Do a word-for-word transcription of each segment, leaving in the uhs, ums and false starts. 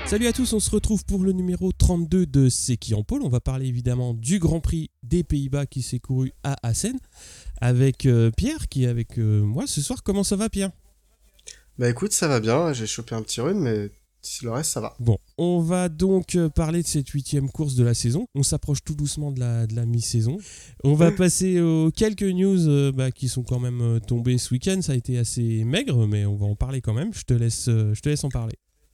Salut à tous, on se retrouve pour le numéro trente-deux de C'est qui en pôle. On va parler évidemment du Grand Prix des Pays-Bas qui s'est couru à Assen avec euh, Pierre qui est avec euh, moi ce soir. Comment ça va, Pierre ? Bah écoute, ça va bien, j'ai chopé un petit rhume, mais le reste ça va. Bon, on va donc parler de cette huitième course de la saison. On s'approche tout doucement de la, de la mi-saison. On va passer aux quelques news euh, bah, qui sont quand même euh, tombées ce week-end. Ça a été assez maigre, mais on va en parler quand même. Je te laisse, euh, je te laisse en parler.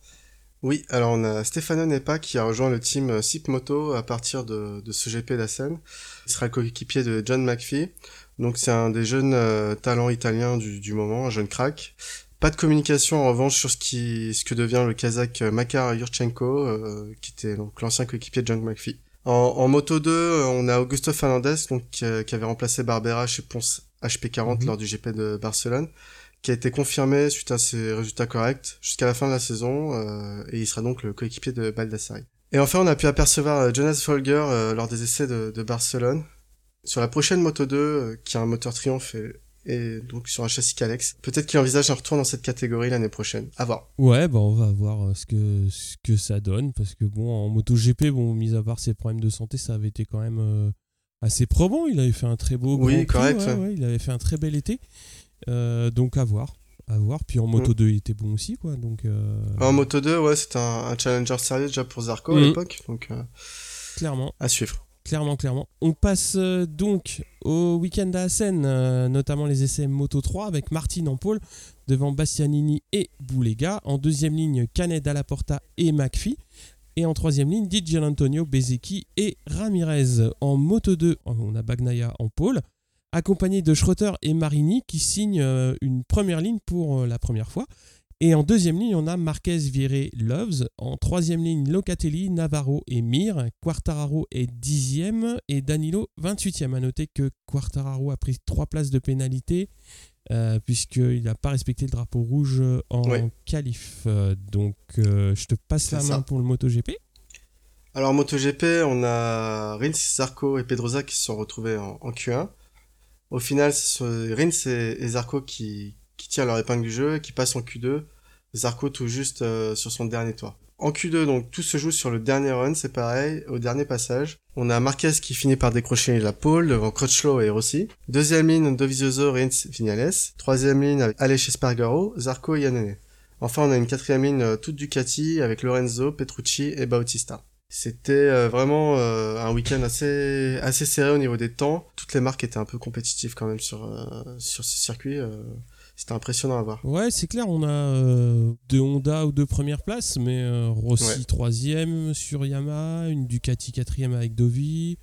Oui, alors on a Stefano Nepa qui a rejoint le team Sip Moto à partir de, de ce G P d'Assen. Il sera le coéquipier de John McPhee. Donc c'est un des jeunes euh, talents italiens du, du moment, un jeune crack. Pas de communication en revanche sur ce qui ce que devient le Kazakh Makar Yurchenko, euh, qui était donc l'ancien coéquipier de John McPhee. En, en Moto deux, on a Augusto Fernandez donc qui, qui avait remplacé Barbera chez Ponce H P quarante mmh. lors du G P de Barcelone, qui a été confirmé suite à ses résultats corrects jusqu'à la fin de la saison, euh, et il sera donc le coéquipier de Baldassari. Et enfin, on a pu apercevoir Jonas Folger euh, lors des essais de, de Barcelone. Sur la prochaine Moto deux, euh, qui a un moteur Triumph et, et donc sur un châssis Kalex, peut-être qu'il envisage un retour dans cette catégorie l'année prochaine. À voir. Ouais, bah on va voir ce que, ce que ça donne, parce que bon, en MotoGP, bon, mis à part ses problèmes de santé, ça avait été quand même euh, assez probant. Il avait fait un très beau oui, Grand Prix, correct, ouais, ouais. Ouais, il avait fait un très bel été. Euh, donc à voir, à voir. Puis en Moto deux, mmh. il était bon aussi, quoi. Donc euh... en Moto deux, ouais, c'était un, un challenger sérieux déjà pour Zarco mmh. à l'époque, donc euh, clairement. À suivre. Clairement, clairement. On passe euh, donc au week-end à Assen, euh, notamment les essais Moto trois avec Martin en pôle devant Bastianini et Boulega. En deuxième ligne, Canet, Dalla Porta et McPhee. Et en troisième ligne, Di Gianantonio, Bezzecchi et Ramirez. En Moto deux, on a Bagnaia en pôle, accompagné de Schroeter et Marini qui signent euh, une première ligne pour euh, la première fois. Et en deuxième ligne, on a Marquez, Vieré, Loves. En troisième ligne, Locatelli, Navarro et Mir. Quartararo est dixième et Danilo vingt-huitième. A noter que Quartararo a pris trois places de pénalité euh, puisqu'il n'a pas respecté le drapeau rouge en oui. qualif. Donc, euh, je te passe C'est la main ça. Pour le MotoGP. Alors, en MotoGP, on a Rins, Zarco et Pedrosa qui se sont retrouvés en, en Q un. Au final, c'est Rins et, et Zarco qui... qui tirent leur épingle du jeu et qui passent en Q deux, Zarco tout juste euh, sur son dernier toit. En Q deux, donc, tout se joue sur le dernier run, c'est pareil, au dernier passage. On a Marquez qui finit par décrocher la pole devant Crutchlow et Rossi. Deuxième ligne, Dovizioso, Rins, Vignales. Troisième ligne, avec Aleix Espargaro, Zarco et Iannone. Enfin, on a une quatrième ligne euh, toute Ducati avec Lorenzo, Petrucci et Bautista. C'était euh, vraiment euh, un week-end assez assez serré au niveau des temps. Toutes les marques étaient un peu compétitives quand même sur euh, sur ce circuit. Euh... C'était impressionnant à voir. Ouais, c'est clair, on a euh, deux Honda ou deux premières places, mais euh, Rossi ouais. troisième sur Yamaha, une Ducati quatrième avec Dovi,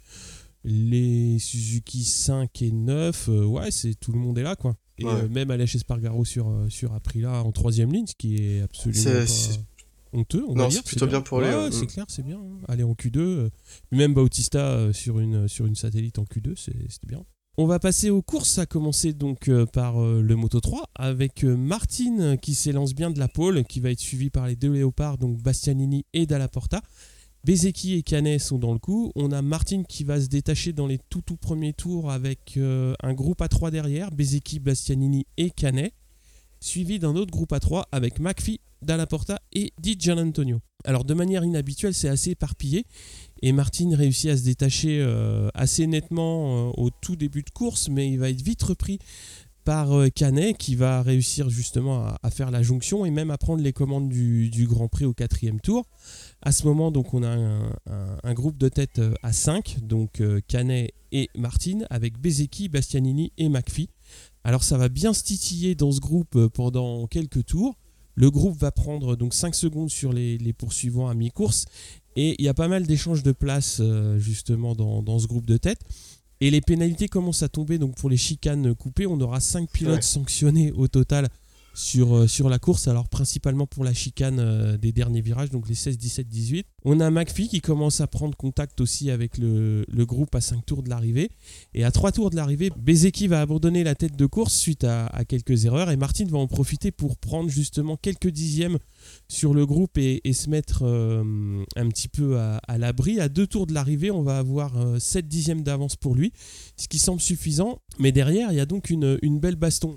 les Suzuki cinq et neuf, euh, ouais, c'est, tout le monde est là, quoi. Et ouais. euh, même Aleix Espargaro sur, euh, sur Aprilia en troisième ligne, ce qui est absolument c'est, pas c'est... honteux, on non, va dire. c'est plutôt c'est bien. bien pour lui. Ouais, ouais. c'est clair, c'est bien. Hein. Aller en Q deux, euh, même Bautista euh, sur, une, sur une satellite en Q deux, c'est, c'était bien. On va passer aux courses, à commencer donc euh, par euh, le Moto trois avec euh, Martin euh, qui s'élance bien de la pole, qui va être suivi par les deux léopards, donc Bastianini et Dalla Porta. Bezzecchi et Canet sont dans le coup. On a Martin qui va se détacher dans les tout tout premiers tours avec euh, un groupe à trois derrière, Bezzecchi, Bastianini et Canet, suivi d'un autre groupe à trois avec McPhee, Dalla Porta et Di Gianantonio. Alors de manière inhabituelle, c'est assez éparpillé et Martin réussit à se détacher euh, assez nettement euh, au tout début de course, mais il va être vite repris par euh, Canet qui va réussir justement à, à faire la jonction et même à prendre les commandes du, du Grand Prix au quatrième tour. À ce moment, donc, on a un, un, un groupe de tête à cinq, donc euh, Canet et Martin, avec Bezzecchi, Bastianini et McPhee. Alors ça va bien se titiller dans ce groupe pendant quelques tours. Le groupe va prendre donc cinq secondes sur les, les poursuivants à mi-course et il y a pas mal d'échanges de places euh, justement dans, dans ce groupe de tête. Et les pénalités commencent à tomber donc pour les chicanes coupées. On aura cinq pilotes ouais. sanctionnés au total sur, euh, sur la course, alors principalement pour la chicane euh, des derniers virages, donc les seize, dix-sept, dix-huit. On a McPhee qui commence à prendre contact aussi avec le, le groupe à cinq tours de l'arrivée. Et à trois tours de l'arrivée, Bezzecchi va abandonner la tête de course suite à, à quelques erreurs. Et Martin va en profiter pour prendre justement quelques dixièmes sur le groupe et, et se mettre euh, un petit peu à, à l'abri. À deux tours de l'arrivée, on va avoir euh, sept dixièmes d'avance pour lui, ce qui semble suffisant. Mais derrière, il y a donc une, une belle baston.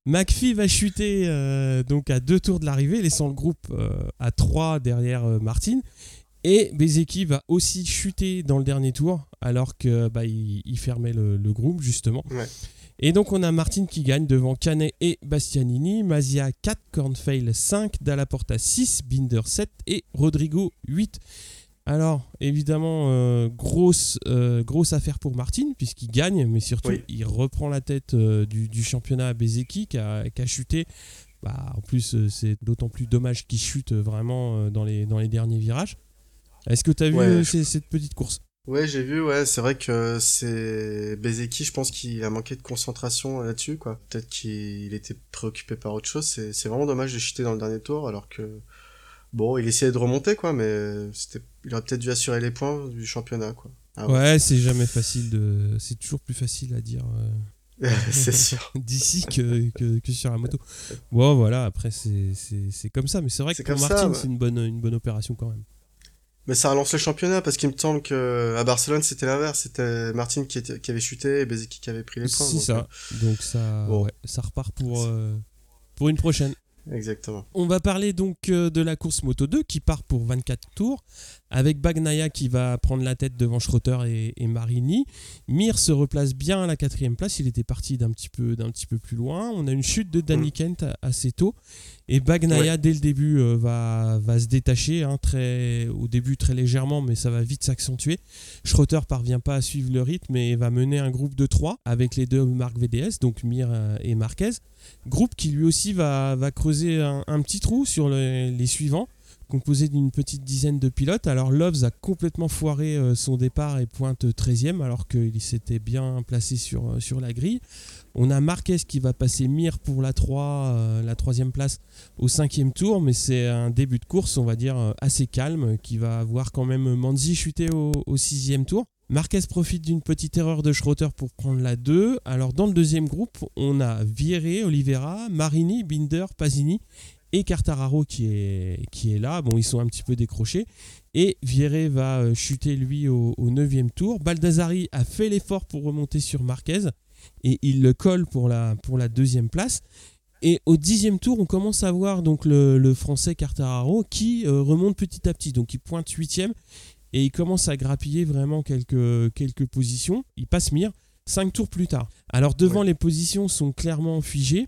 McPhee va chuter euh, donc à deux tours de l'arrivée, laissant le groupe euh, à trois derrière euh, Martin. Et Bezzecchi va aussi chuter dans le dernier tour, alors que bah, il, il fermait le, le groupe, justement. Ouais. Et donc, on a Martin qui gagne devant Canet et Bastianini. Mazia quatre, Kornfeil cinq, Dalla Porta six, Binder sept et Rodrigo huit. Alors, évidemment, euh, grosse, euh, grosse affaire pour Martin, puisqu'il gagne, mais surtout, Oui. il reprend la tête euh, du, du championnat à Bezzecchi, qui a, qui a chuté. Bah, en plus, euh, c'est d'autant plus dommage qu'il chute vraiment euh, dans, les, dans les derniers virages. Est-ce que tu as vu Ouais, euh, je- ces- cette petite course? Ouais, j'ai vu, ouais, c'est vrai que c'est Bezzecchi, je pense qu'il a manqué de concentration là-dessus, quoi. Peut-être qu'il était préoccupé par autre chose. C'est, c'est vraiment dommage de chuter dans le dernier tour, alors que, bon, il essayait de remonter, quoi, mais c'était, il aurait peut-être dû assurer les points du championnat, quoi. Ah ouais, Ouais, c'est jamais facile de. C'est toujours plus facile à dire euh, c'est sûr. d'ici que, que, que sur la moto. Bon, voilà, après, c'est, c'est, c'est comme ça. Mais c'est vrai que C'est pour comme ça, Martin, ouais. c'est une bonne, une bonne opération quand même. Mais ça relance le championnat, parce qu'il me semble que à Barcelone, c'était l'inverse. C'était Martin qui, était, qui avait chuté et Bezzecchi qui avait pris les points. C'est donc, ça. Donc, ça, Bon. ouais, ça repart pour, euh, pour une prochaine. euh, exactement. On va parler donc euh, de la course Moto deux qui part pour vingt-quatre tours avec Bagnaia qui va prendre la tête devant Schroeter et, et Marini. Mir se replace bien à la quatrième place, il était parti d'un petit peu, d'un petit peu plus loin. On a une chute de Danny Mm. Kent assez tôt et Bagnaia Ouais. dès le début euh, va, va se détacher, hein, très, au début très légèrement mais ça va vite s'accentuer. Schroeter parvient pas à suivre le rythme et va mener un groupe de trois avec les deux marques V D S, donc Mir euh, et Marquez. Groupe qui lui aussi va, va creuser un, un petit trou sur le- les suivants, composé d'une petite dizaine de pilotes. Alors Loves a complètement foiré euh, son départ et pointe treizième alors qu'il s'était bien placé sur, euh, sur la grille. On a Marquez qui va passer Mir pour la trois, euh, la troisième place au cinquième tour, mais c'est un début de course, on va dire, euh, assez calme, qui va voir quand même Manzi chuter au, au sixième tour. Marquez profite d'une petite erreur de Schroeter pour prendre la deux. Alors dans le deuxième groupe, on a Vieré, Oliveira, Marini, Binder, Pasini et Quartararo qui est, qui est là. Bon, ils sont un petit peu décrochés. Et Vieré va euh, chuter lui au, au neuvième tour. Baldassari a fait l'effort pour remonter sur Marquez et il le colle pour la, pour la deuxième place. Et au dixième tour, on commence à voir donc le, le français Quartararo qui euh, remonte petit à petit. Donc il pointe huitième. Et il commence à grappiller vraiment quelques, quelques positions. Il passe Mir cinq tours plus tard. Alors devant, Ouais. les positions sont clairement figées.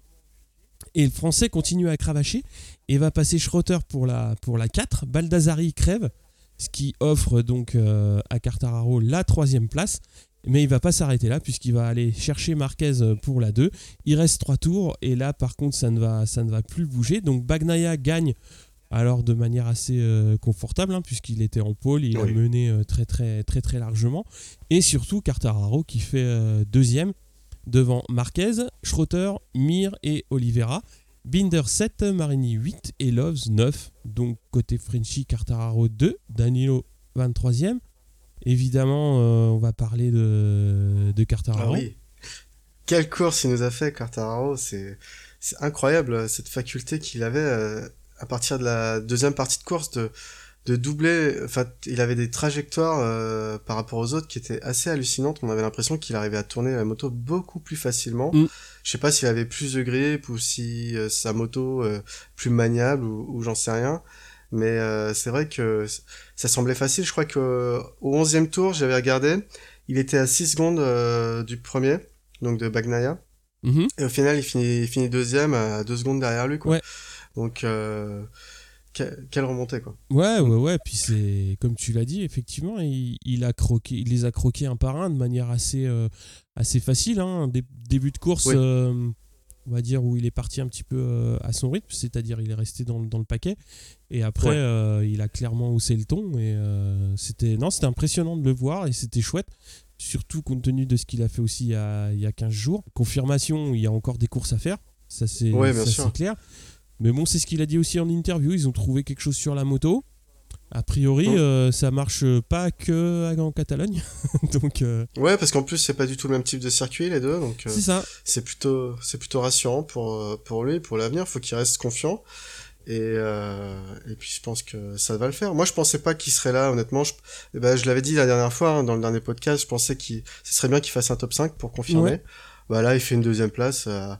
Et le français continue à cravacher et va passer Schroeter pour la, pour la quatre. Baldassari crève, ce qui offre donc euh, à Quartararo la troisième place. Mais il ne va pas s'arrêter là puisqu'il va aller chercher Marquez pour la deux. Il reste trois tours et là par contre ça ne va, ça ne va plus bouger. Donc Bagnaia gagne alors de manière assez euh, confortable hein, puisqu'il était en pôle, il Oui. a mené euh, très très très très largement. Et surtout Quartararo qui fait euh, deuxième devant Marquez, Schroeter, Mir et Oliveira. Binder sept, Marini huit et Loves neuf. Donc côté Frenchy, Quartararo deux, Danilo vingt-troisième. Évidemment, euh, on va parler de, de Ah Quartararo. oui. Quelle course il nous a fait, Quartararo. C'est, c'est incroyable, cette faculté qu'il avait euh, à partir de la deuxième partie de course de, de doubler. Enfin, il avait des trajectoires euh, par rapport aux autres qui étaient assez hallucinantes. On avait l'impression qu'il arrivait à tourner la moto beaucoup plus facilement. Mm. Je sais pas s'il avait plus de grip ou si euh, sa moto euh, plus maniable ou, ou j'en sais rien. Mais euh, c'est vrai que c- ça semblait facile. Je crois que euh, au onzième tour, j'avais regardé, il était à six secondes euh, du premier, donc de Bagnaia. Mhm. Et au final, il finit, il finit deuxième à deux secondes derrière lui, quoi. Ouais. Donc, euh, que- quelle remontée, quoi. Ouais, ouais, ouais. Puis c'est comme tu l'as dit, effectivement, il, il a croqué, il les a croqués un par un de manière assez, euh, assez facile. Hein. Dé- début de course, Oui. euh, on va dire où il est parti un petit peu euh, à son rythme, c'est-à-dire il est resté dans, le- dans le paquet. Et après, Ouais. euh, il a clairement haussé le ton. Et euh, c'était, non, c'était impressionnant de le voir et c'était chouette. Surtout compte tenu de ce qu'il a fait aussi il y a, il y a quinze jours. Confirmation, il y a encore des courses à faire. Ça, c'est, Ouais, bien ça, sûr. c'est clair. Mais bon, c'est ce qu'il a dit aussi en interview. Ils ont trouvé quelque chose sur la moto. A priori, Mm. euh, ça marche pas que en Catalogne. Donc, euh, Ouais, parce qu'en plus, c'est pas du tout le même type de circuit, les deux, donc euh, c'est ça. c'est plutôt, c'est plutôt rassurant pour, euh, pour lui, pour l'avenir. Faut qu'il reste confiant. Et, euh, et puis je pense que ça va le faire. Moi, je pensais pas qu'il serait là, honnêtement. Je, eh ben, je l'avais dit la dernière fois, hein, dans le dernier podcast, je pensais qu'il, ce serait bien qu'il fasse un top cinq pour confirmer. Ouais. Bah là, il fait une deuxième place. Euh,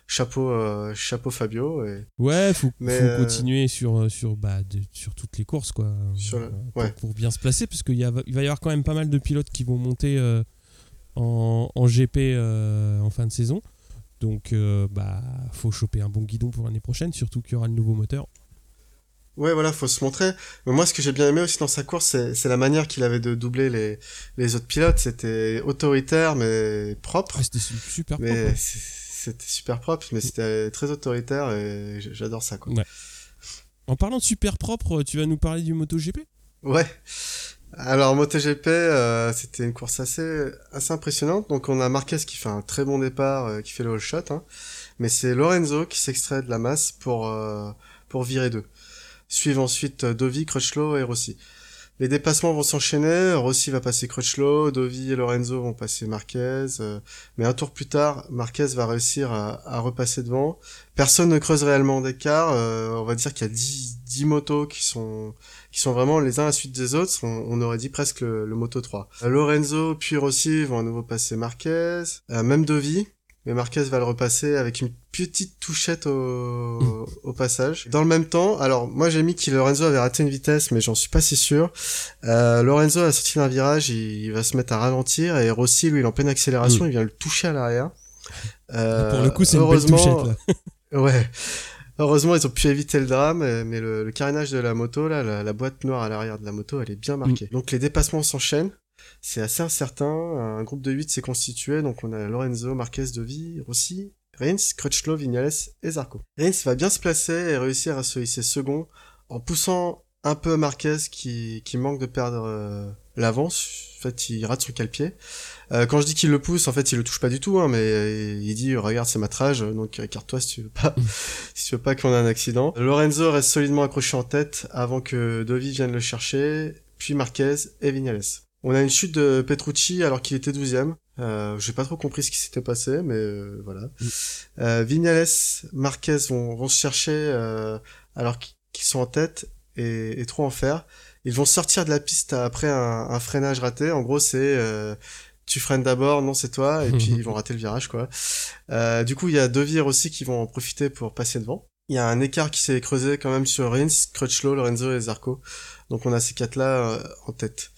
chapeau, euh, chapeau Fabio. Et... Ouais, faut, Mais, faut euh, continuer sur, sur, bah, de, sur toutes les courses, quoi. Sur le... euh, pour, ouais. pour bien se placer, parce qu'il y a, il va y avoir quand même pas mal de pilotes qui vont monter euh, en, en G P euh, en fin de saison. Donc, euh, bah, faut choper un bon guidon pour l'année prochaine, surtout qu'il y aura le nouveau moteur. Ouais, voilà, faut se montrer. Mais moi, ce que j'ai bien aimé aussi dans sa course, c'est, c'est la manière qu'il avait de doubler les, les autres pilotes. C'était autoritaire, mais propre. Ouais, c'était super mais propre. C'était super propre, mais c'était très autoritaire et j'adore ça, quoi. Ouais. En parlant de super propre, tu vas nous parler du MotoGP ? Ouais. Alors, MotoGP, euh, c'était une course assez, assez impressionnante. Donc, on a Marquez qui fait un très bon départ, euh, qui fait le all shot, hein. Mais c'est Lorenzo qui s'extrait de la masse pour, euh, pour virer deux. Suivent ensuite Dovi, Crutchlow et Rossi. Les dépassements vont s'enchaîner, Rossi va passer Crutchlow, Dovi et Lorenzo vont passer Marquez, euh, mais un tour plus tard, Marquez va réussir à, à repasser devant. Personne ne creuse réellement d'écart, euh, on va dire qu'il y a dix, dix motos qui sont qui sont vraiment les uns à la suite des autres, on, on aurait dit presque le, le Moto trois. Euh, Lorenzo puis Rossi vont à nouveau passer Marquez, euh, même Dovi, mais Marquez va le repasser avec une petite touchette au, mmh. au passage. Dans le même temps, alors moi j'ai mis que Lorenzo avait raté une vitesse, mais j'en suis pas si sûr. Euh, Lorenzo à la sortie d'un virage, il, il va se mettre à ralentir, et Rossi, lui, il est en pleine accélération, mmh. il vient le toucher à l'arrière. Euh, Pour le coup, c'est une belle touchette, là. Ouais. Heureusement, ils ont pu éviter le drame, mais le, le carénage de la moto, là, la, la boîte noire à l'arrière de la moto, elle est bien marquée. Mmh. Donc les dépassements s'enchaînent. C'est assez incertain, un groupe de huit s'est constitué, donc on a Lorenzo, Marquez, Dovi, Rossi, Rins, Crutchlow, Viñales et Zarco. Rins va bien se placer et réussir à se hisser second en poussant un peu Marquez qui, qui manque de perdre euh, l'avance. En fait, il rate son cale-pied. Euh, quand je dis qu'il le pousse, en fait, il le touche pas du tout, hein, mais euh, il dit regarde, c'est ma trage, donc écarte-toi si tu veux pas, si tu veux pas qu'on ait un accident. Lorenzo reste solidement accroché en tête avant que Dovi vienne le chercher, puis Marquez et Viñales. On a une chute de Petrucci alors qu'il était douzième. Euh, j'ai pas trop compris ce qui s'était passé, mais euh, voilà. Mm. Euh, Viñales, Marquez vont, vont se chercher euh, alors qu'ils sont en tête et, et trop en faire. Ils vont sortir de la piste après un, un freinage raté. En gros, c'est euh, tu freines d'abord, non c'est toi, et puis ils vont rater le virage, quoi. Euh, du coup, il y a Dovi aussi qui vont en profiter pour passer devant. Il y a un écart qui s'est creusé quand même sur Rins, Crutchlow, Lorenzo et Zarco. Donc on a ces quatre-là euh, en tête.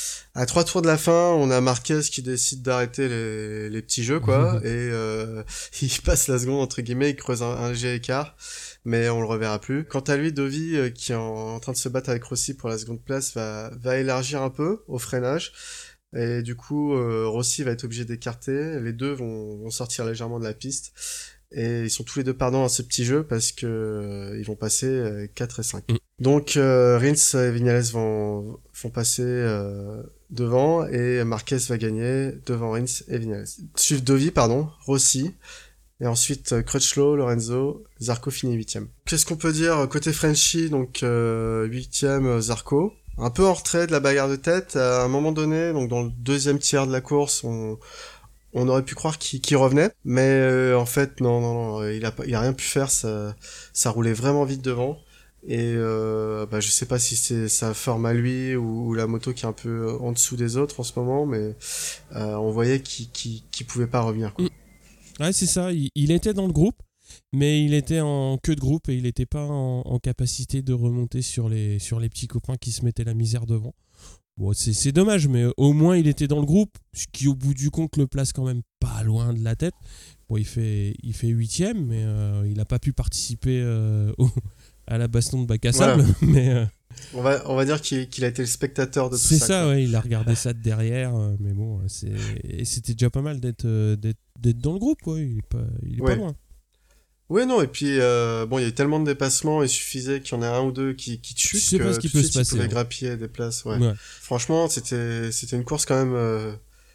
À trois tours de la fin, on a Marquez qui décide d'arrêter les, les petits jeux, quoi, et euh, il passe la seconde, entre guillemets, il creuse un, un léger écart, mais on le reverra plus. Quant à lui, Dovi, euh, qui est en, en train de se battre avec Rossi pour la seconde place, va, va élargir un peu au freinage, et du coup, euh, Rossi va être obligé d'écarter, les deux vont, vont sortir légèrement de la piste, et ils sont tous les deux perdants à ce petit jeu parce que euh, ils vont passer euh, quatre et cinq. Mm. Donc euh, Rins et Viñales vont, vont passer euh, devant et Marquez va gagner devant Rins et Viñales. Suivent Dovi, pardon, Rossi, et ensuite euh, Crutchlow, Lorenzo, Zarco finit huitième. Qu'est-ce qu'on peut dire côté Frenchie, donc euh, huitième Zarco, un peu en retrait de la bagarre de tête. À un moment donné, donc dans le deuxième tiers de la course, on On aurait pu croire qu'il, qu'il revenait, mais euh, en fait non, non, non, il a, il a rien pu faire, ça, ça roulait vraiment vite devant. Et euh, bah, je sais pas si c'est sa forme à lui ou, ou la moto qui est un peu en dessous des autres en ce moment, mais euh, on voyait qu'il, qu'il, qu'il pouvait pas revenir, quoi. Ouais, c'est ça. Il, il était dans le groupe, mais il était en queue de groupe et il n'était pas en, en capacité de remonter sur les, sur les petits copains qui se mettaient la misère devant. Bon, c'est, c'est dommage, mais au moins il était dans le groupe, ce qui au bout du compte le place quand même pas loin de la tête. Bon, il fait, il fait huitième, mais euh, il n'a pas pu participer euh, au, à la baston de bac à sable. Voilà. Mais, euh, on, va, on va dire qu'il, qu'il a été le spectateur de tout c'est ça. C'est ça, quoi. Ouais, il a regardé ça de derrière, euh, mais bon, c'est, et c'était déjà pas mal d'être, euh, d'être, d'être dans le groupe, quoi. Il est pas, il est ouais. pas loin. Ouais, non, et puis, euh, bon, il y a eu tellement de dépassements, il suffisait qu'il y en ait un ou deux qui, qui te chutent, je sais pas ce qui peut se passer. Ils pouvaient hein. grappiller des places, ouais. ouais. Franchement, c'était, c'était une course quand même euh,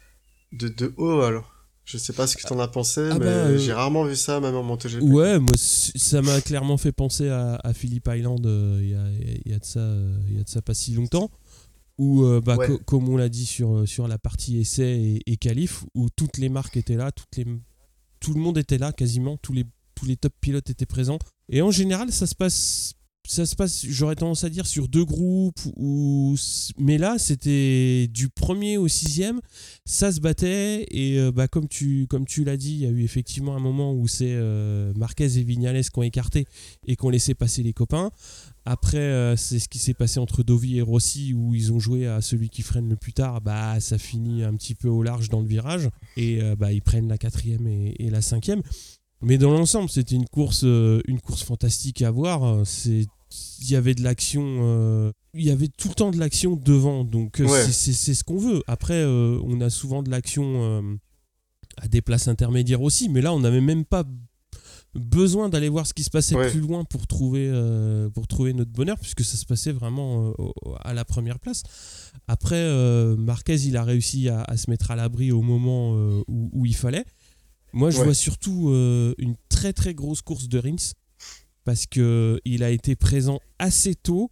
de, de haut, alors. Je sais pas ce que t'en as pensé, ah mais bah, euh... j'ai rarement vu ça, même en MotoGP. Ouais, moi, ça m'a clairement fait penser à, à Phillip Island il euh, y, a, y, a de ça, euh, y a de ça pas si longtemps, où, euh, bah, ouais. co- comme on l'a dit sur, sur la partie essai et, et qualif, où toutes les marques étaient là, toutes les, tout le monde était là quasiment, tous les tous les top pilotes étaient présents. Et en général, ça se passe ça se passe, j'aurais tendance à dire, sur deux groupes, où, mais là, c'était du premier au sixième, ça se battait, et euh, bah, comme, tu, comme tu l'as dit, il y a eu effectivement un moment où c'est euh, Marquez et Viñales qui ont écarté et qui ont laissé passer les copains. Après, euh, c'est ce qui s'est passé entre Dovi et Rossi, où ils ont joué à celui qui freine le plus tard, bah, ça finit un petit peu au large dans le virage, et euh, bah, ils prennent la quatrième et, et la cinquième. Mais dans l'ensemble, c'était une course, euh, une course fantastique à voir. C'est, il y avait de l'action, euh, il y avait tout le temps de l'action devant. Donc euh, Ouais. c'est, c'est, c'est ce qu'on veut. Après, euh, on a souvent de l'action euh, à des places intermédiaires aussi, mais là, on n'avait même pas besoin d'aller voir ce qui se passait Ouais. plus loin pour trouver, euh, pour trouver notre bonheur, puisque ça se passait vraiment euh, à la première place. Après, euh, Marquez, il a réussi à, à se mettre à l'abri au moment euh, où, où il fallait. Moi, je Ouais. vois surtout euh, une très très grosse course de Rins, parce qu'il a été présent assez tôt.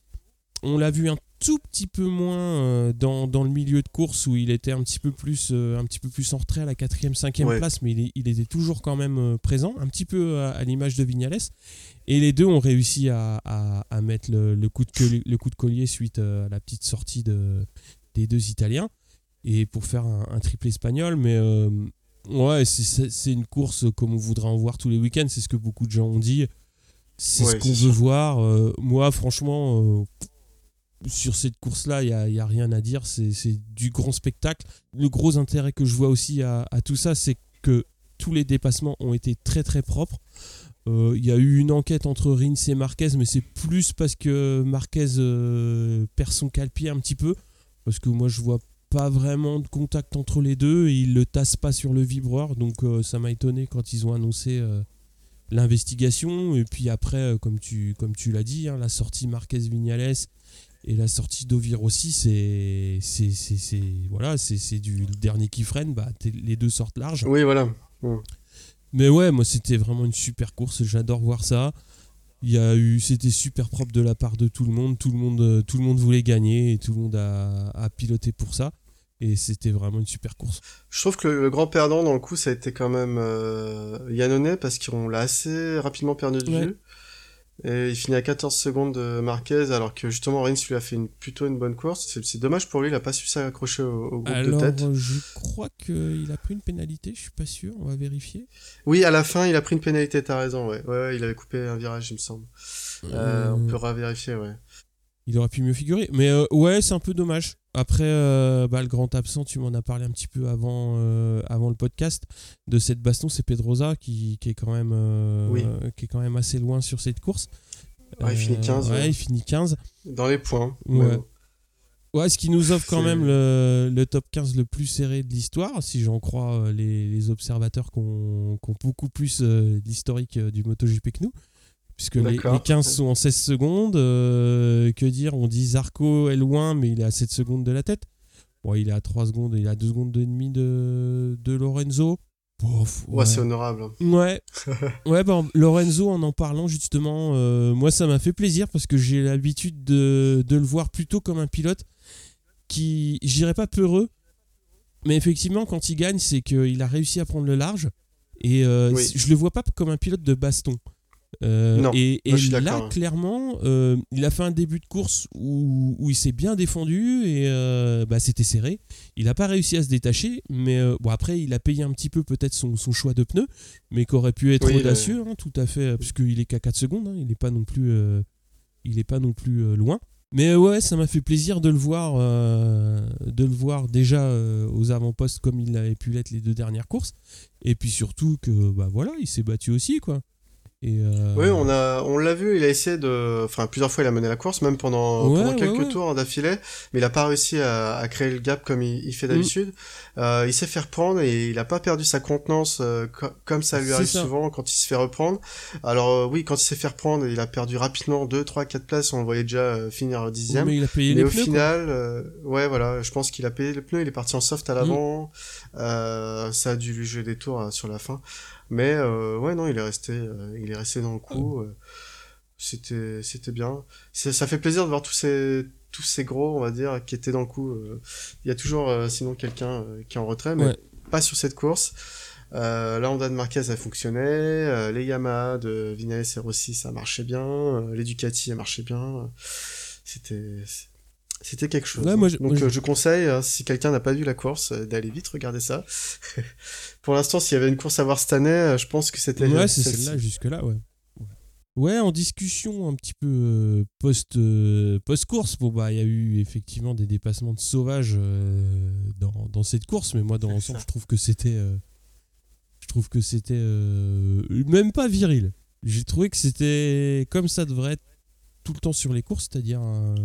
On l'a vu un tout petit peu moins euh, dans, dans le milieu de course, où il était un petit peu plus, euh, un petit peu plus en retrait à la quatrième, cinquième Ouais. place, mais il, est- il était toujours quand même euh, présent, un petit peu à, à l'image de Viñales. Et les deux ont réussi à, à, à mettre le, le, coup de collier, le coup de collier suite euh, à la petite sortie de, des deux Italiens, et pour faire un, un triple espagnol. Mais euh, ouais, c'est, c'est une course comme on voudrait en voir tous les week-ends, c'est ce que beaucoup de gens ont dit. C'est Ouais, ce qu'on c'est veut sûr. voir. Euh, moi, franchement, euh, sur cette course-là, il n'y a, y a rien à dire. C'est, c'est du grand spectacle. Le gros intérêt que je vois aussi à, à tout ça, c'est que tous les dépassements ont été très très propres. Il euh, y a eu une enquête entre Rins et Marquez, mais c'est plus parce que Marquez euh, perd son cale-pied un petit peu. Parce que moi, je vois pas vraiment de contact entre les deux, et il le tasse pas sur le vibreur. Donc euh, ça m'a étonné quand ils ont annoncé euh, l'investigation. Et puis après, euh, comme tu, comme tu l'as dit, hein, la sortie Marquez-Viñales et la sortie d'Ovir aussi, c'est, c'est, c'est, c'est, voilà, c'est, c'est du le dernier qui freine, bah, les deux sortent large. Oui, voilà. Mm. Mais ouais, moi c'était vraiment une super course, j'adore voir ça. Il y a eu, c'était super propre de la part de tout le monde, tout le monde, euh, tout le monde voulait gagner, et tout le monde a, a piloté pour ça. Et c'était vraiment une super course. Je trouve que le, le grand perdant dans le coup, ça a été quand même euh, Yannone, parce qu'on l'a assez rapidement perdu de Ouais. vue. Et il finit à quatorze secondes de Marquez, alors que justement Rins lui a fait une, plutôt une bonne course. C'est, c'est dommage pour lui, il a pas su s'accrocher au, au groupe de Alors, tête. euh, je crois qu'il a pris une pénalité, je suis pas sûr, on va vérifier. Oui, à la fin, il a pris une pénalité, t'as raison, ouais. Ouais, ouais, il avait coupé un virage, il me semble. Euh, on Euh, peut revérifier, ouais. il aurait pu mieux figurer. Mais euh, ouais, c'est un peu dommage. Après, euh, bah, le grand absent, tu m'en as parlé un petit peu avant, euh, avant le podcast, de cette baston, c'est Pedrosa qui, qui, est quand même, euh, Oui. qui est quand même assez loin sur cette course. Ouais, il finit quinze, ouais, ouais. il finit quinze. Dans les points. Ouais. Mais bon. Ouais, ce qui nous offre quand C'est- même le, le top quinze le plus serré de l'histoire, si j'en crois euh, les, les observateurs qui ont, qui ont beaucoup plus euh, d'historique euh, du MotoGP que nous. Puisque les, D'accord. les quinze sont en seize secondes. Euh, que dire, on dit Zarco est loin, mais il est à sept secondes de la tête. Bon, il est à trois secondes, il est à deux secondes et demie de, de Lorenzo. Bof, Ouais, ouais. c'est honorable. Ouais, ouais bah, Lorenzo, en en parlant justement, euh, moi ça m'a fait plaisir, parce que j'ai l'habitude de, de le voir plutôt comme un pilote qui, je dirais pas peureux, mais effectivement quand il gagne, c'est qu'il a réussi à prendre le large, et euh, Oui. je le vois pas comme un pilote de baston. Euh, Non, et et moi, je suis là, d'accord. clairement, euh, il a fait un début de course où, où il s'est bien défendu, et euh, bah, c'était serré. Il n'a pas réussi à se détacher, mais euh, bon, après, il a payé un petit peu peut-être son, son choix de pneus, mais qui aurait pu être Oui, audacieux, hein, tout à fait, puisqu'il est qu'à quatre secondes, hein, il n'est pas non plus, euh, il est pas non plus euh, loin. Mais euh, ouais, ça m'a fait plaisir de le voir, euh, de le voir déjà euh, aux avant-postes comme il avait pu l'être les deux dernières courses, et puis surtout que bah voilà, il s'est battu aussi, quoi. Et euh... Oui, on a, on l'a vu, il a essayé de, enfin, plusieurs fois il a mené la course, même pendant, ouais, pendant ouais, quelques ouais. tours d'affilée, mais il a pas réussi à, à créer le gap comme il, il fait d'habitude. Mm. Euh, il s'est fait reprendre et il a pas perdu sa contenance euh, co- comme ça lui C'est arrive ça. souvent quand il se fait reprendre. Alors euh, oui, quand il s'est fait reprendre, il a perdu rapidement deux, trois, quatre places, on le voyait déjà euh, finir dixième. Mais il a payé mais les au pneus, final, euh, ouais, voilà, je pense qu'il a payé les pneus, il est parti en soft à l'avant, mm. euh, ça a dû lui jouer des tours euh, sur la fin. Mais euh, ouais, non, il est resté, euh, il est resté dans le coup. Euh, c'était, c'était bien. C'est, ça fait plaisir de voir tous ces, tous ces gros, on va dire, qui étaient dans le coup. Il euh, y a toujours, euh, sinon, quelqu'un euh, qui est en retrait, mais ouais. pas sur cette course. Euh, la Honda de Marquez, elle fonctionnait. Euh, les Yamaha de Vinales et Rossi, ça marchait bien. Euh, les Ducati, elle marchait bien. C'était, c'était quelque chose. Ouais, hein. moi, je, Donc, moi, je- euh, je conseille, hein, si quelqu'un n'a pas vu la course, euh, d'aller vite regarder ça. Pour l'instant, s'il y avait une course à voir cette année, euh, je pense que c'était ouais, euh, c'est celle-ci. celle-là, jusque-là, ouais. Ouais, en discussion un petit peu euh, post, euh, post-course, bon, bah, il y a eu effectivement des dépassements de sauvages euh, dans, dans cette course, mais moi, dans C'est l'ensemble, ça. je trouve que c'était. euh, je trouve que c'était. euh, même pas viril. J'ai trouvé que c'était comme ça devrait être tout le temps sur les courses, c'est-à-dire un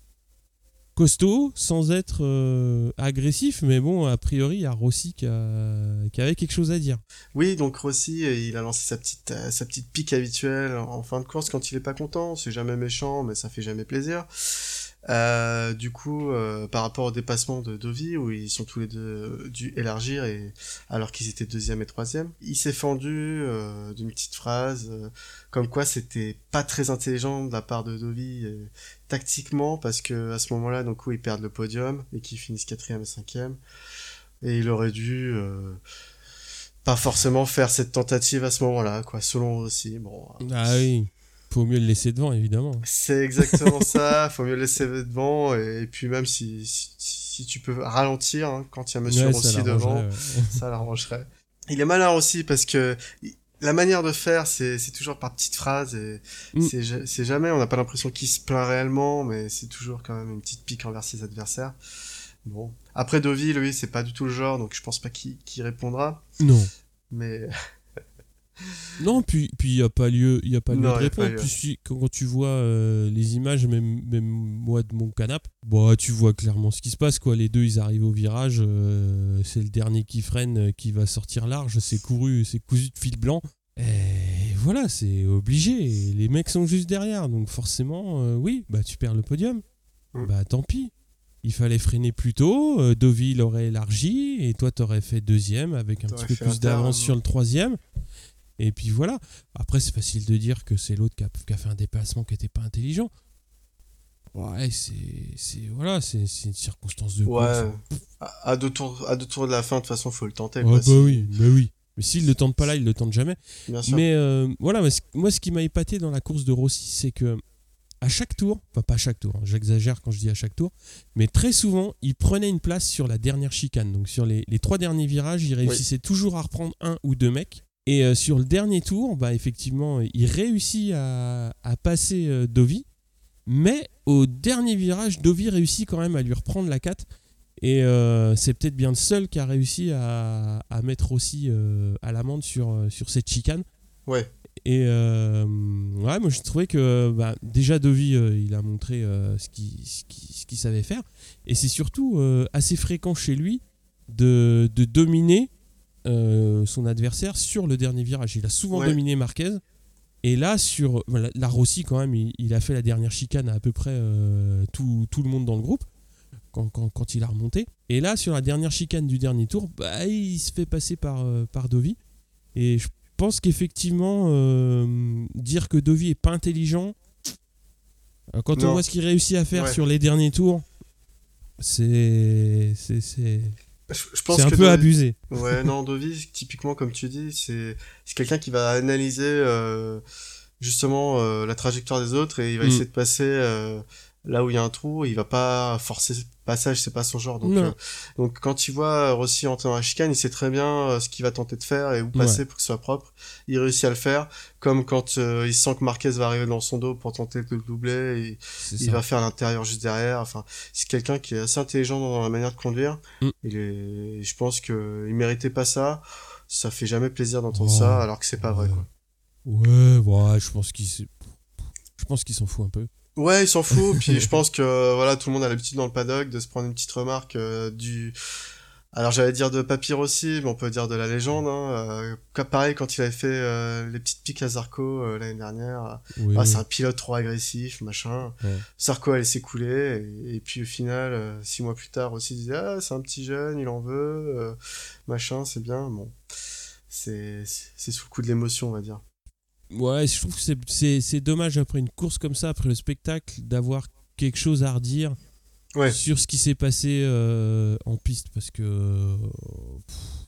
costaud, sans être euh, agressif, mais bon, a priori, il y a Rossi qui, a, qui avait quelque chose à dire. Oui, donc Rossi, euh, il a lancé sa petite, euh, sa petite pique habituelle en fin de course quand il est pas content. C'est jamais méchant, mais ça fait jamais plaisir. Euh, du coup, euh, par rapport au dépassement de Dovi, où ils sont tous les deux euh, dû élargir, et alors qu'ils étaient deuxième et troisième, il s'est fendu euh, d'une petite phrase, euh, comme quoi c'était pas très intelligent de la part de Dovi euh, tactiquement, parce que à ce moment-là, donc où ils perdent le podium et qu'ils finissent quatrième et cinquième, et il aurait dû euh, pas forcément faire cette tentative à ce moment-là, quoi, selon aussi. Bon, Ah oui, faut mieux le laisser devant, évidemment. c'est exactement ça, faut mieux le laisser devant, et, et puis même si, si, si tu peux ralentir, hein, quand il y a Monsieur Ouais, ça Rossi l'arrangerait, devant, ouais. ça l'arrangerait. Il est malin aussi parce que il- la manière de faire, c'est, c'est toujours par petites phrases, et Mm. c'est, ja- c'est jamais, on n'a pas l'impression qu'il se plaint réellement, mais c'est toujours quand même une petite pique envers ses adversaires. Bon. Après, Dovi, lui, c'est pas du tout le genre, donc je pense pas qu'il, qu'il répondra, Non. mais Non, puis puis il n'y a pas lieu, il y a pas lieu non, de il y a pas répondre. eu. Puis si- quand, quand tu vois euh, les images, même, même moi de mon canapé, bah, tu vois clairement ce qui se passe, quoi. Les deux, ils arrivent au virage, euh, c'est le dernier qui freine euh, qui va sortir large, c'est couru, c'est cousu de fil blanc. Et voilà, c'est obligé. Et les mecs sont juste derrière, donc forcément, euh, oui, bah tu perds le podium. Mm. Bah tant pis. Il fallait freiner plus tôt, euh, Deauville aurait élargi, et toi t'aurais fait deuxième avec un T'aurais petit peu fait plus un terme, d'avance hein. sur le troisième. Et puis voilà. Après, c'est facile de dire que c'est l'autre qui a, qui a fait un déplacement qui n'était pas intelligent. Ouais, c'est, c'est voilà, c'est, c'est une circonstance de course. Ouais, à, à deux tours, à deux tours de la fin, de toute façon, faut le tenter, Ah quoi. bah si- oui, bah oui. Mais s'il ne le tente pas là, il le tente jamais. Bien sûr. Mais euh, voilà, mais ce- moi, ce qui m'a épaté dans la course de Rossi, c'est que à chaque tour, enfin pas à chaque tour, hein, j'exagère quand je dis à chaque tour, mais très souvent, il prenait une place sur la dernière chicane. Donc sur les, les trois derniers virages, il réussissait toujours à reprendre un ou deux mecs. Et euh, sur le dernier tour, bah, effectivement, il réussit à, à passer euh, Dovi. Mais au dernier virage, Dovi réussit quand même à lui reprendre la quatre. Et euh, c'est peut-être bien le seul qui a réussi à, à mettre aussi euh, à l'amende sur, euh, sur cette chicane. Ouais. Et euh, ouais, moi je trouvais que bah, déjà Dovi, euh, il a montré euh, ce qu'il ce qu'il- ce qu'il savait faire. Et c'est surtout euh, assez fréquent chez lui de, de dominer euh, son adversaire sur le dernier virage. Il a souvent Ouais. dominé Marquez. Et là, sur voilà, la Rossi, quand même, il, il a fait la dernière chicane à à peu près euh, tout, tout le monde dans le groupe quand, quand, quand il a remonté. Et là, sur la dernière chicane du dernier tour, bah, il se fait passer par, euh, par Dovi. Et je pense qu'effectivement, euh, dire que Dovi est pas intelligent, euh, quand Non. on voit ce qu'il réussit à faire Ouais. sur les derniers tours, c'est c'est c'est Je, je pense c'est un que peu Dovi- abusé. Ouais, non, Dovi, typiquement, comme tu dis, c'est, c'est quelqu'un qui va analyser, euh, justement, euh, la trajectoire des autres, et il va Mm. essayer de passer, euh, là où il y a un trou, il va pas forcer ce passage, c'est pas son genre. Donc, Non. euh, donc quand il voit Rossi entrer dans la chicane, il sait très bien euh, ce qu'il va tenter de faire et où passer pour que ce soit propre. Il réussit à le faire, comme quand euh, il sent que Marquez va arriver dans son dos pour tenter de le doubler, et C'est il ça. va faire l'intérieur juste derrière. Enfin, c'est quelqu'un qui est assez intelligent dans la manière de conduire. Mm. Il est, je pense que il méritait pas ça. Ça fait jamais plaisir d'entendre Oh, ça, alors que c'est pas vrai, ouais. quoi. Ouais, ouais, je pense qu'il s'est- je pense qu'il s'en fout un peu. Ouais, il s'en fout. Puis je pense que voilà, tout le monde a l'habitude dans le paddock de se prendre une petite remarque euh, du. Alors j'allais dire de Papyr aussi, mais on peut dire de la légende. Hein. Euh, comme pareil quand il avait fait euh, les petites piques à Zarco euh, l'année dernière. Oui. Ah, c'est un pilote trop agressif, machin. Ouais. Zarco allait s'écouler, et, et puis au final, euh, six mois plus tard aussi, il disait ah c'est un petit jeune, il en veut, euh, machin, c'est bien. Bon, c'est c'est c'est sous le coup de l'émotion, on va dire. Ouais, je trouve que c'est, c'est, c'est dommage après une course comme ça, après le spectacle, d'avoir quelque chose à redire Ouais. sur ce qui s'est passé euh, en piste, parce que euh, pff,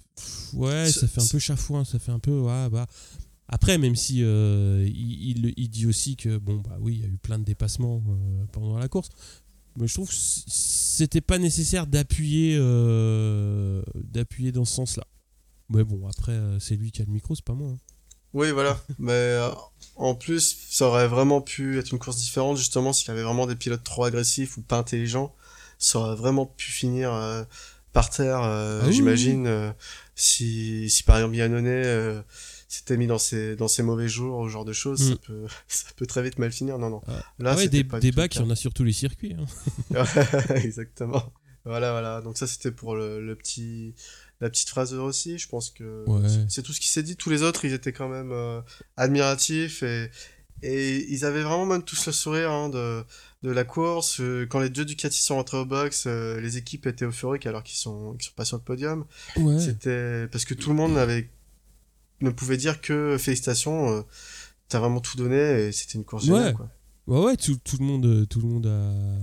ouais, c'est, ça fait un c'est... peu chafouin, ça fait un peu ouais, bah après même si euh, il, il, il dit aussi que bon bah oui, il y a eu plein de dépassements euh, pendant la course. Mais je trouve que c'était pas nécessaire d'appuyer euh, d'appuyer dans ce sens-là. Mais bon, après euh, c'est lui qui a le micro, c'est pas moi. Hein. Oui, voilà. Mais euh, en plus, ça aurait vraiment pu être une course différente, justement, s'il y avait vraiment des pilotes trop agressifs ou pas intelligents. Ça aurait vraiment pu finir euh, par terre, euh, Ah oui, oui, oui. j'imagine, euh, si, si par exemple Yannone euh, s'était mis dans ses, dans ses mauvais jours, ou ce genre de choses, ça Mm. peut, ça peut très vite mal finir. Non, non. Ah, Là, ah ouais, c'était des, pas du des tout le bacs, il y cas. en a sur tous les circuits. Hein. Exactement. Voilà, voilà. Donc ça, c'était pour le, le petit, la petite phrase de Rossi. Je pense que c'est Ouais. c'est tout ce qui s'est dit. Tous les autres, ils étaient quand même euh, admiratifs et, et ils avaient vraiment même tous le sourire hein, de, de la course. Euh, Quand les deux Ducati sont rentrés au box, euh, les équipes étaient euphoriques alors qu'ils sont, qu'ils sont pas sur le podium. Ouais. C'était parce que tout le monde n'avait, ne pouvait dire que félicitations, euh, t'as vraiment tout donné et c'était une course géniale, Ouais. quoi. Ouais, ouais, tout, tout le monde, euh, tout le monde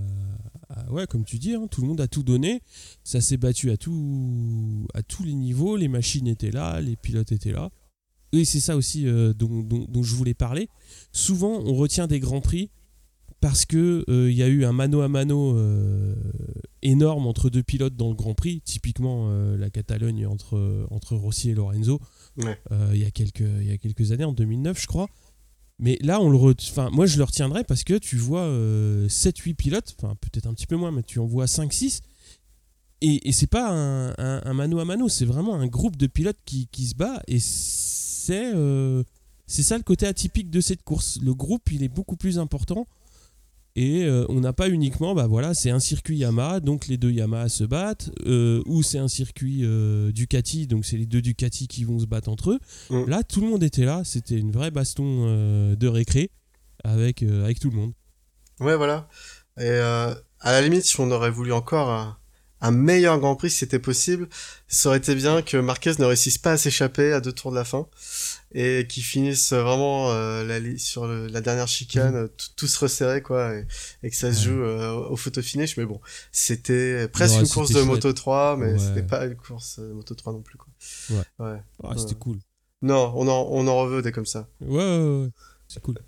a, a- ouais, comme tu dis, hein, tout le monde a tout donné. Ça s'est battu à tout, à tous les niveaux. Les machines étaient là, les pilotes étaient là. Et c'est ça aussi euh, dont, dont- dont je voulais parler. Souvent, on retient des grands prix parce que euh, il y a eu un mano à mano euh, énorme entre deux pilotes dans le Grand Prix. Typiquement, euh, la Catalogne entre entre Rossi et Lorenzo. Ouais. Euh, il y a quelques il y a quelques années, en deux mille neuf, je crois. Mais là, on le re... enfin, moi, je le retiendrai parce que tu vois euh, sept huit pilotes, enfin peut-être un petit peu moins, mais tu en vois cinq six. Et, et c'est pas un, un, un mano à mano, c'est vraiment un groupe de pilotes qui, qui se bat. Et c'est, euh, c'est ça le côté atypique de cette course. Le groupe, il est beaucoup plus important. Et euh, on n'a pas uniquement, bah voilà, c'est un circuit Yamaha, donc les deux Yamaha se battent, euh, ou c'est un circuit euh, Ducati, donc c'est les deux Ducati qui vont se battre entre eux. Mm. Là, tout le monde était là, c'était une vraie baston euh, de récré avec, euh, avec tout le monde. Ouais, voilà. Et euh, à la limite, si on aurait voulu encore un, un meilleur Grand Prix, si c'était possible, ça aurait été bien que Marquez ne réussisse pas à s'échapper à deux tours de la fin et qu'il finisse vraiment euh, la, li- sur le- la dernière chicane, Mhm. euh, tout, tout se resserrer quoi, et, et que ça se Ouais. joue euh, au photo finish. Mais bon, c'était presque Ouais, une course c'était de chouette. Moto trois, mais c'était Ouais, pas une course de Moto trois non plus quoi. ouais. Ouais. Ah, Ouais. c'était cool. Non, on en, on en reveut des comme ça. Ouais, ouais, ouais, c'est cool.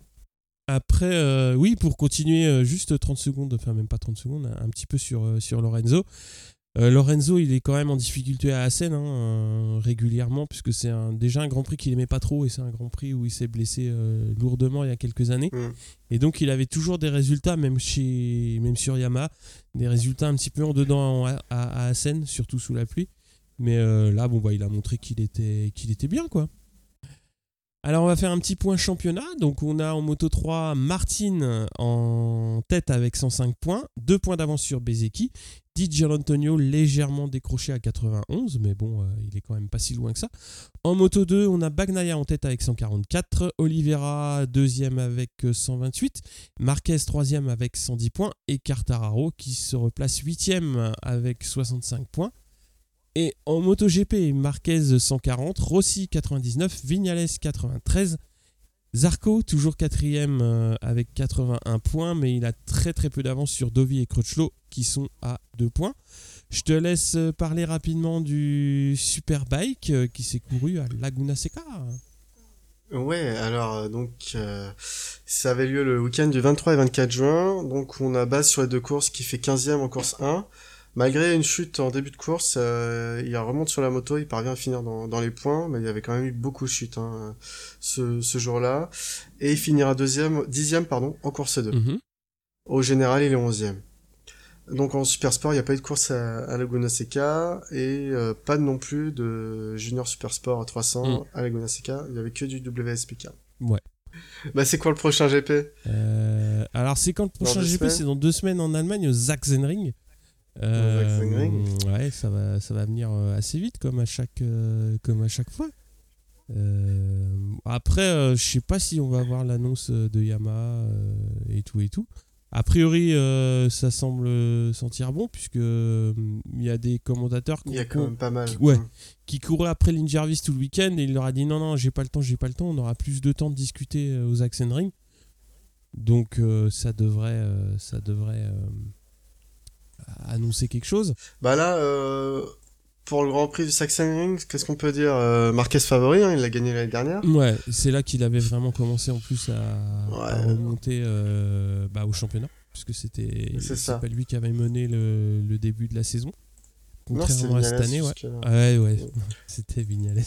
Après, euh, oui, pour continuer euh, juste trente secondes, enfin même pas trente secondes, un, un petit peu sur, euh, sur Lorenzo. Euh, Lorenzo, il est quand même en difficulté à Assen hein, euh, régulièrement, puisque c'est un, déjà un Grand Prix qu'il aimait pas trop, et c'est un Grand Prix où il s'est blessé euh, lourdement il y a quelques années. Mm. Et donc il avait toujours des résultats, même, chez, même sur Yamaha, des résultats un petit peu en dedans à, à, à Assen, surtout sous la pluie. Mais euh, là, bon, bah, il a montré qu'il était, qu'il était bien, quoi. Alors on va faire un petit point championnat. Donc on a en Moto trois Martin en tête avec cent cinq points, deux points d'avance sur Bezzecchi. Di Gianantonio légèrement décroché à quatre-vingt-onze, mais bon, euh, il est quand même pas si loin que ça. En Moto deux, on a Bagnaia en tête avec cent quarante-quatre, Oliveira deuxième avec cent vingt-huit, Marquez troisième avec cent dix points et Quartararo qui se replace huitième avec soixante-cinq points. Et en MotoGP, Marquez cent quarante, Rossi quatre-vingt-dix-neuf, Vignales quatre-vingt-treize, Zarco toujours quatrième euh, avec quatre-vingt-un points, mais il a très très peu d'avance sur Dovi et Crutchlow qui sont à deux points. Je te laisse parler rapidement du Superbike euh, qui s'est couru à Laguna Seca. Ouais, alors euh, donc euh, ça avait lieu le week-end du vingt-trois et vingt-quatre juin, donc on a base sur les deux courses qui fait quinzième en course un. Malgré une chute en début de course, euh, il remonte sur la moto, il parvient à finir dans, dans les points, mais il y avait quand même eu beaucoup de chutes hein, ce, ce jour-là. Et il finira deuxième, dixième pardon, en course deux. Mm-hmm. Au général, il est onzième. Donc en Super Sport, il n'y a pas eu de course à, à Laguna Seca et euh, pas non plus de Junior Super Sport trois cents Mm. à Laguna Seca. Il y avait que du W S P K. Ouais. Bah c'est quoi le prochain G P? Euh, alors c'est quand le prochain deux G P? semaines C'est dans deux semaines en Allemagne au Sachsenring. Euh, Sachsenring. ouais, ça va, ça va venir euh, assez vite comme à chaque, euh, comme à chaque fois. Euh, après, euh, je sais pas si on va avoir l'annonce de Yamaha euh, et tout et tout. A priori, euh, ça semble sentir bon puisque euh, il y a des commentateurs Il y a qui, quand même pas mal. qui- ouais, Mm. qui couraient après Lynn Jarvis tout le week-end et il leur a dit non non, j'ai pas le temps, j'ai pas le temps. On aura plus de temps de discuter euh, aux Sachsenring. Donc euh, ça devrait, euh, ça devrait euh, annoncer quelque chose. Bah là, euh, pour le Grand Prix du Sachsenring, qu'est-ce qu'on peut dire euh, Marquez favori, hein, il l'a gagné l'année dernière. Ouais, c'est là qu'il avait vraiment commencé en plus à, Ouais. à remonter euh, bah, au championnat, puisque c'était C'est c'est ça. pas lui qui avait mené le, le début de la saison. Non, c'était Contrairement à cette Vignales, année, ouais. jusqu'à- Ah ouais, ouais, Ouais. c'était Vignales.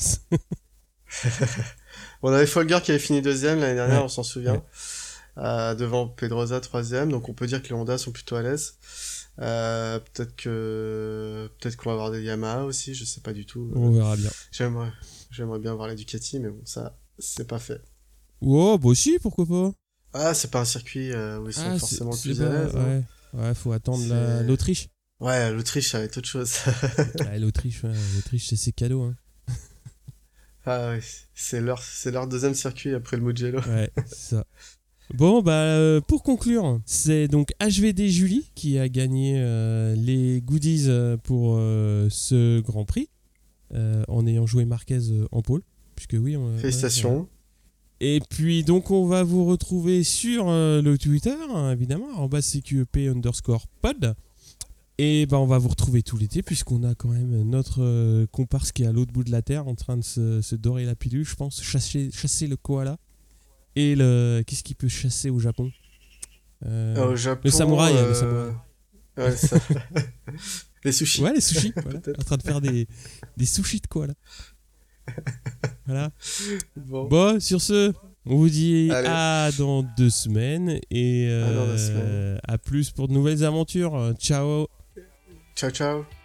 On avait Folger qui avait fini deuxième l'année dernière, Ouais. on s'en souvient. Ouais. Euh, devant Pedrosa troisième, donc on peut dire que les Honda sont plutôt à l'aise. Euh, peut-être que peut-être qu'on va avoir des Yamaha aussi, je sais pas du tout. On verra bien. J'aimerais j'aimerais bien voir les Ducati, mais bon, ça c'est pas fait. Oh, bah si, pourquoi pas. Ah, c'est pas un circuit euh, où ils sont Ah, forcément le c'est- plus c'est à pas- l'aise. hein. ouais. ouais, faut attendre la- C'est- l'Autriche. Ouais, l'Autriche, ça va être autre chose. Ouais, L'Autriche, ouais, l'Autriche, c'est ses cadeaux. Hein. Ah ouais, c'est leur, c'est leur deuxième circuit après le Mugello. Ouais, c'est ça. Bon, bah, euh, pour conclure, c'est donc H V D Julie qui a gagné euh, les goodies euh, pour euh, ce Grand Prix, euh, en ayant joué Marquez euh, en pôle. Puisque oui, on, Félicitations. ouais, ouais. Et puis, donc, on va vous retrouver sur euh, le Twitter, hein, évidemment, en bas C Q E P underscore pod. Et bah, on va vous retrouver tout l'été, puisqu'on a quand même notre euh, comparse qui est à l'autre bout de la terre, en train de se, se dorer la pilule, je pense, chasser, chasser le koala. Et le. Qu'est-ce qu'il peut chasser au Japon Euh, Euh, Au Japon, Le samouraï, euh, le samouraï. Ouais, ça. Les sushis. Ouais, les sushis. Voilà. Peut-être. En train de faire des, des sushis de koala. Voilà. Bon. Bon, sur ce, on vous dit Allez. à dans deux semaines. Et À dans deux euh, semaines. à plus pour de nouvelles aventures. Ciao. Ciao, ciao.